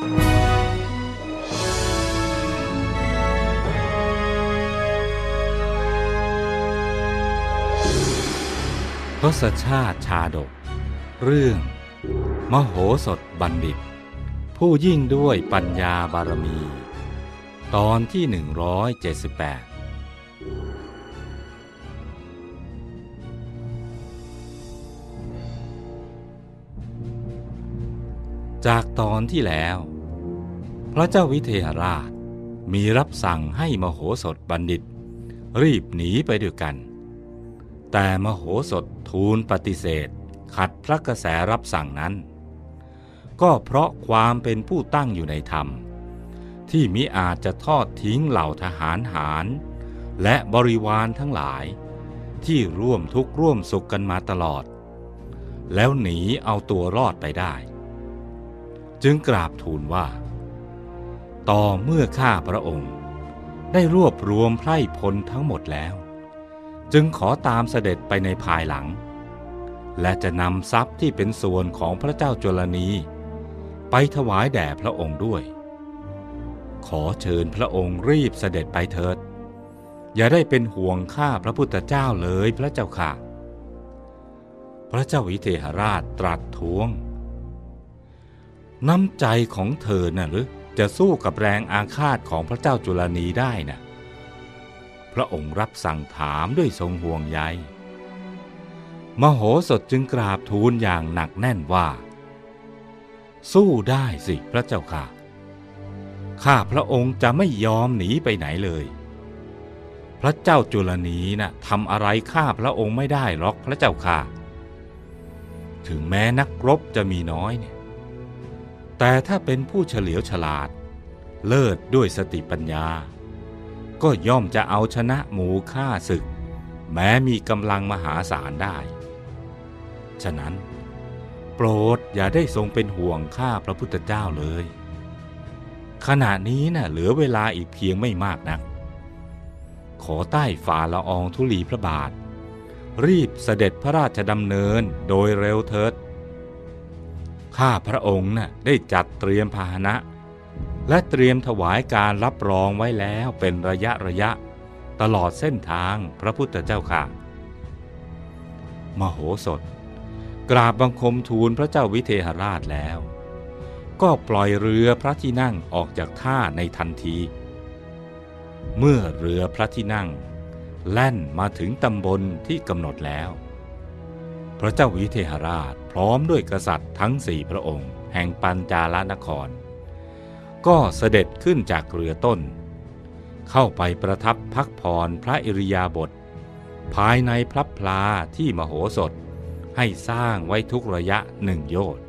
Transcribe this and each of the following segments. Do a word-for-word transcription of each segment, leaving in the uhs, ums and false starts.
ทศชาติชาดกเรื่องมโหสถบัณฑิตผู้ยิ่งด้วยปัญญาบารมีตอนที่หนึ่งร้อยเจ็ดสิบแปดจากตอนที่แล้วพระเจ้าวิเทหราชมีรับสั่งให้มโหสถบัณฑิตรีบหนีไปด้วยกันแต่มโหสถทูลปฏิเสธขัดพระกระแสรับสั่งนั้นก็เพราะความเป็นผู้ตั้งอยู่ในธรรมที่มิอาจจะทอดทิ้งเหล่าทหารหารและบริวารทั้งหลายที่ร่วมทุกข์ร่วมสุขกันมาตลอดแล้วหนีเอาตัวรอดไปได้จึงกราบทูลว่าต่อเมื่อข้าพระองค์ได้รวบรวมไพร่พลทั้งหมดแล้วจึงขอตามเสด็จไปในภายหลังและจะนำทรัพย์ที่เป็นส่วนของพระเจ้าจุลนีไปถวายแด่พระองค์ด้วยขอเชิญพระองค์รีบเสด็จไปเถิดอย่าได้เป็นห่วงข้าพระพุทธเจ้าเลยพระเจ้าค่ะพระเจ้าวิเทหราชตรัสท้วงน้ำใจของเธอน่ะหรือจะสู้กับแรงอาฆาตของพระเจ้าจุลนีได้น่ะพระองค์รับสั่งถามด้วยทรงห่วงใยมโหสถจึงกราบทูลอย่างหนักแน่นว่าสู้ได้สิพระเจ้าค่ะข้าพระองค์จะไม่ยอมหนีไปไหนเลยพระเจ้าจุลนีน่ะทำอะไรข้าพระองค์ไม่ได้หรอกพระเจ้าค่ะถึงแม้นักรบจะมีน้อยเนี่ยแต่ถ้าเป็นผู้เฉลียวฉลาดเลิศด้วยสติปัญญาก็ย่อมจะเอาชนะหมู่ฆ่าศึกแม้มีกำลังมหาศาลได้ฉะนั้นโปรดอย่าได้ทรงเป็นห่วงข้าพระพุทธเจ้าเลยขณะนี้น่ะเหลือเวลาอีกเพียงไม่มากนักขอใต้ฝ่าละอองธุลีพระบาทรีบเสด็จพระราชดำเนินโดยเร็วเถิดข้าพระองค์น่ะได้จัดเตรียมพาหนะและเตรียมถวายการรับรองไว้แล้วเป็นระยะระยะตลอดเส้นทางพระพุทธเจ้าค่ะมโหสถกราบบังคมทูลพระเจ้าวิเทหราชแล้วก็ปล่อยเรือพระที่นั่งออกจากท่าในทันทีเมื่อเรือพระที่นั่งแล่นมาถึงตำบลที่กำหนดแล้วพระเจ้าวิเทหราชพร้อมด้วยกษัตริย์ทั้งสี่พระองค์แห่งปัญจาลนครก็เสด็จขึ้นจากเรือต้นเข้าไปประทับพักผ่อนพระอิริยาบถภายในพระพลาที่มโหสถให้สร้างไว้ทุกระยะหนึ่งโยชน์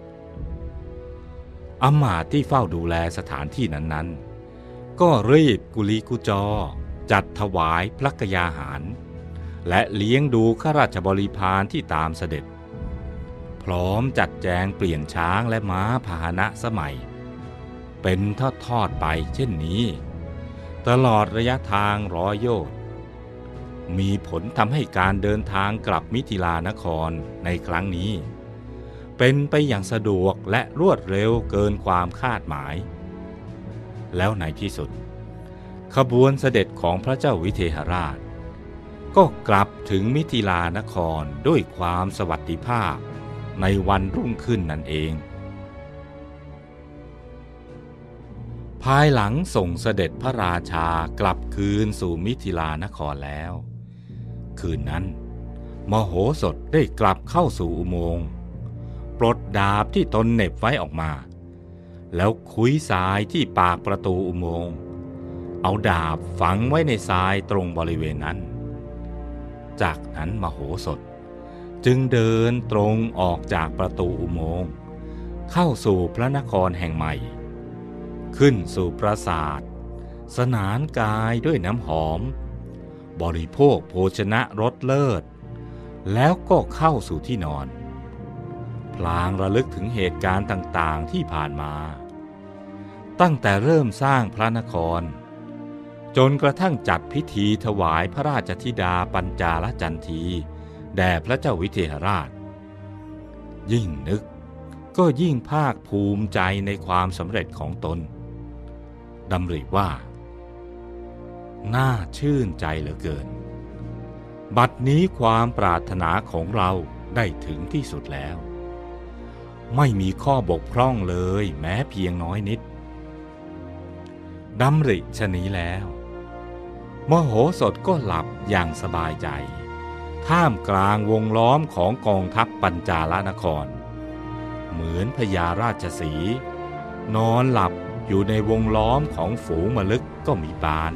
อมาตย์ที่เฝ้าดูแลสถานที่นั้นๆก็รีบกุลีกุจอจัดถวายพระกยาหารและเลี้ยงดูข้าราชบริพารที่ตามเสด็จพร้อมจัดแจงเปลี่ยนช้างและม้าพาหนะสมัยเป็นทอดๆไปเช่นนี้ตลอดระยะทางร้อยโยชน์มีผลทำให้การเดินทางกลับมิถิลานครในครั้งนี้เป็นไปอย่างสะดวกและรวดเร็วเกินความคาดหมายแล้วในที่สุดขบวนเสด็จของพระเจ้าวิเทหราชก็กลับถึงมิถิลานครด้วยความสวัสดิภาพในวันรุ่งขึ้นนั่นเองภายหลังส่งเสด็จพระราชากลับคืนสู่มิถิลานครแล้วคืนนั้นมโหสถได้กลับเข้าสู่อุโมงค์ปลดดาบที่ตนเหน็บไว้ออกมาแล้วคุ้ยทรายที่ปากประตูอุโมงค์เอาดาบฝังไว้ในทรายตรงบริเวณนั้นจากนั้นมโหสถจึงเดินตรงออกจากประตูอุโมงค์เข้าสู่พระนครแห่งใหม่ขึ้นสู่ปราสาทสนานกายด้วยน้ำหอมบริโภคโภชนะรสเลิศแล้วก็เข้าสู่ที่นอนพลางระลึกถึงเหตุการณ์ต่างๆที่ผ่านมาตั้งแต่เริ่มสร้างพระนครจนกระทั่งจัดพิธีถวายพระราชธิดาปัญจาลจันทีแด่พระเจ้าวิเทหราชยิ่งนึกก็ยิ่งภาคภูมิใจในความสำเร็จของตนดำริว่าน่าชื่นใจเหลือเกินบัดนี้ความปรารถนาของเราได้ถึงที่สุดแล้วไม่มีข้อบกพร่องเลยแม้เพียงน้อยนิดดำริชะนี้แล้วมโหสถก็หลับอย่างสบายใจท่ามกลางวงล้อมของกองทัพปัญจาลนครเหมือนพญาราชสีห์นอนหลับอยู่ในวงล้อมของฝูงมลึกก็มีปาน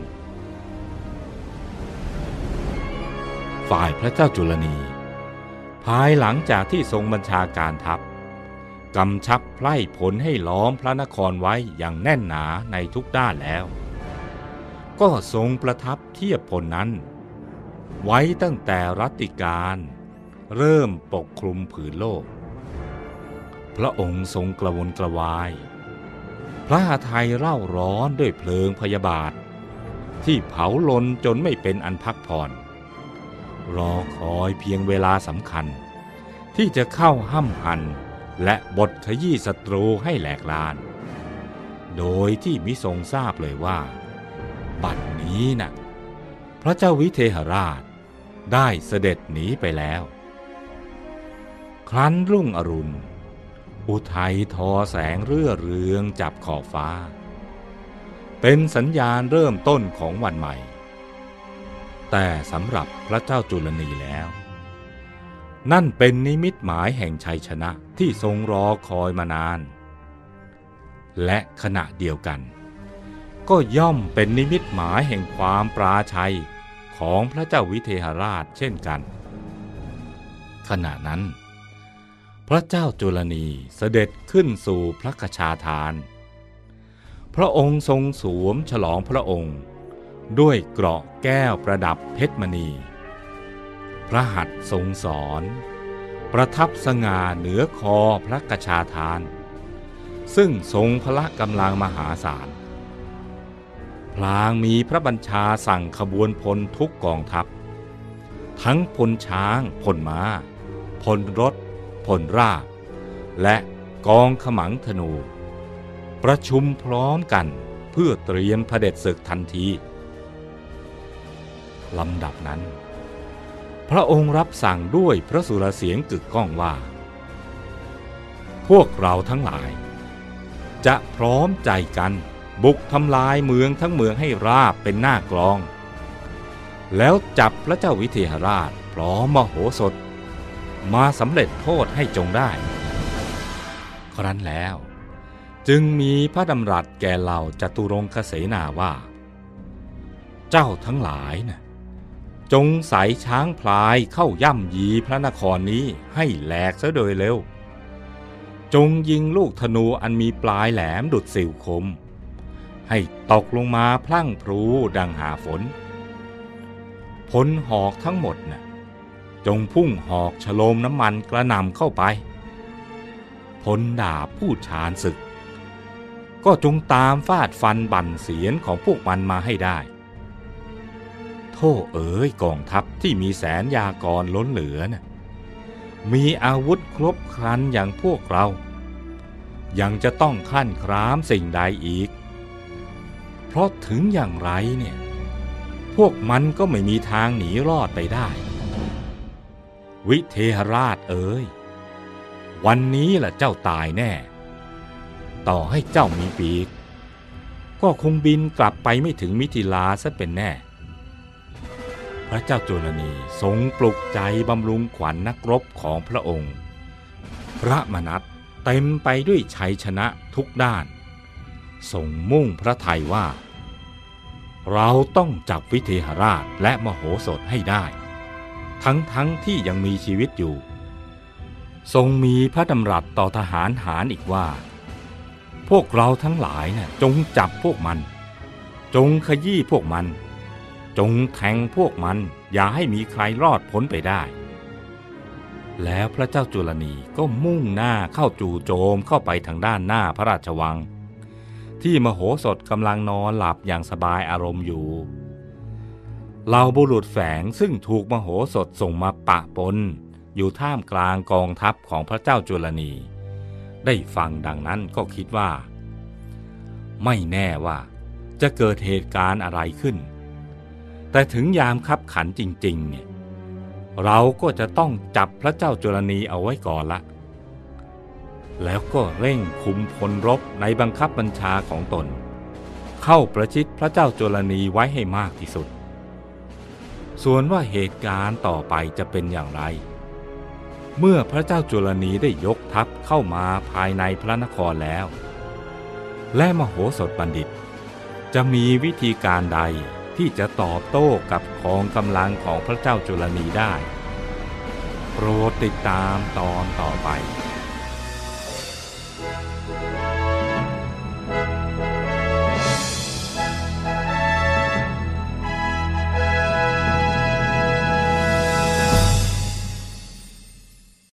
ฝ่ายพระเจ้าจุลนีภายหลังจากที่ทรงบัญชาการทัพกำชับไพร่พลให้ล้อมพระนครไว้อย่างแน่นหนาในทุกด้านแล้วก็ทรงประทับเทียบพลนั้นไว้ตั้งแต่รัตติการเริ่มปกคลุมผืนโลกพระองค์ทรงกระวนกระวายพระหฤทัยเร่าร้อนด้วยเพลิงพยาบาทที่เผาลนจนไม่เป็นอันพักผ่อนรอคอยเพียงเวลาสำคัญที่จะเข้าห้ำหั่นและบทขยี้ศัตรูให้แหลกลานโดยที่มิทรงทราบเลยว่าบัดนี้น่ะพระเจ้าวิเทหราชได้เสด็จหนีไปแล้วครั้นรุ่งอรุณอุทัยทอแสงเรื่อเรืองจับขอบฟ้าเป็นสัญญาณเริ่มต้นของวันใหม่แต่สำหรับพระเจ้าจุลนีแล้วนั่นเป็นนิมิตหมายแห่งชัยชนะที่ทรงรอคอยมานานและขณะเดียวกันก็ย่อมเป็นนิมิตหมายแห่งความปราชัยของพระเจ้าวิเทหราชเช่นกันขณะนั้นพระเจ้าจุลนีเสด็จขึ้นสู่พระกชาทานพระองค์ทรงสวมฉลองพระองค์ด้วยเกราะแก้วประดับเพชรมณีพระหัตถ์ทรงสอนประทับสง่าเหนือคอพระกชาทานซึ่งทรงพละกำลังมหาศาลพลางมีพระบัญชาสั่งขบวนพลทุกกองทัพทั้งพลช้างพลม้าพลรถพลราบและกองขมังธนูประชุมพร้อมกันเพื่อเตรียมเผด็จศึกทันทีลำดับนั้นพระองค์รับสั่งด้วยพระสุรเสียงกึกก้องว่าพวกเราทั้งหลายจะพร้อมใจกันบุกทำลายเมืองทั้งเมืองให้ราบเป็นหน้ากลองแล้วจับพระเจ้าวิเทหราชพร้อมมโหสถมาสำเร็จโทษให้จงได้ครั้นแล้วจึงมีพระดำรัสแก่เหล่าจตุรงคเสนาว่าเจ้าทั้งหลายนะจงใส่ช้างพลายเข้าย่ำยีพระนครนี้ให้แหลกซะโดยเร็วจงยิงลูกธนูอันมีปลายแหลมดุจสิวคมให้ตกลงมาพลั่งพลูดังหาฝนพลหอกทั้งหมดนะ่ะจงพุ่งหอกฉโลมน้ำมันกระหน่ำเข้าไปพลดาบผู้ชาญศึกก็จงตามฟาดฟันบั่นเสียนของพวกมันมาให้ได้โธ่เอ๋ยกองทัพที่มีแสนยากรล้นเหลือนะ่ะมีอาวุธครบครันอย่างพวกเรายังจะต้องคลั่นครามสิ่งใดอีกเพราะถึงอย่างไรเนี่ยพวกมันก็ไม่มีทางหนีรอดไปได้วิเทหราชเอ๋ยวันนี้ล่ะเจ้าตายแน่ต่อให้เจ้ามีปีกก็คงบินกลับไปไม่ถึงมิถิลาซะเป็นแน่พระเจ้าจุลนีทรงปลุกใจบำรุงขวัญ น, นักรบของพระองค์พระมนัสเต็มไปด้วยชัยชนะทุกด้านทรงมุ่งพระทัยว่าเราต้องจับวิเทหราชและมโหสถให้ได้ทั้งๆ ท, ที่ยังมีชีวิตอยู่ทรงมีพระดำรัสต่อทหารหารอีกว่าพวกเราทั้งหลายน่ะจงจับพวกมันจงขยี้พวกมันจงแทงพวกมันอย่าให้มีใครรอดพ้นไปได้แล้วพระเจ้าจุลนีก็มุ่งหน้าเข้าจู่โจมเข้าไปทางด้านหน้าพระราชวังที่มโหสถกำลังนอนหลับอย่างสบายอารมณ์อยู่เหล่าบุรุษแฝงซึ่งถูกมโหสถส่งมาปะปนอยู่ท่ามกลางกองทัพของพระเจ้าจุลนีได้ฟังดังนั้นก็คิดว่าไม่แน่ว่าจะเกิดเหตุการณ์อะไรขึ้นแต่ถึงยามคับขันจริงๆเนี่ยเราก็จะต้องจับพระเจ้าจุลนีเอาไว้ก่อนละแล้วก็เร่งคุมพลรบในบังคับบัญชาของตนเข้าประชิดพระเจ้าจุลนีไว้ให้มากที่สุดส่วนว่าเหตุการณ์ต่อไปจะเป็นอย่างไรเมื่อพระเจ้าจุลนีได้ยกทัพเข้ามาภายในพระนครแล้วและมโหสถบัณฑิตจะมีวิธีการใดที่จะตอบโต้กับกองกำลังของพระเจ้าจุลนีได้โปรดติดตามตอนต่อไป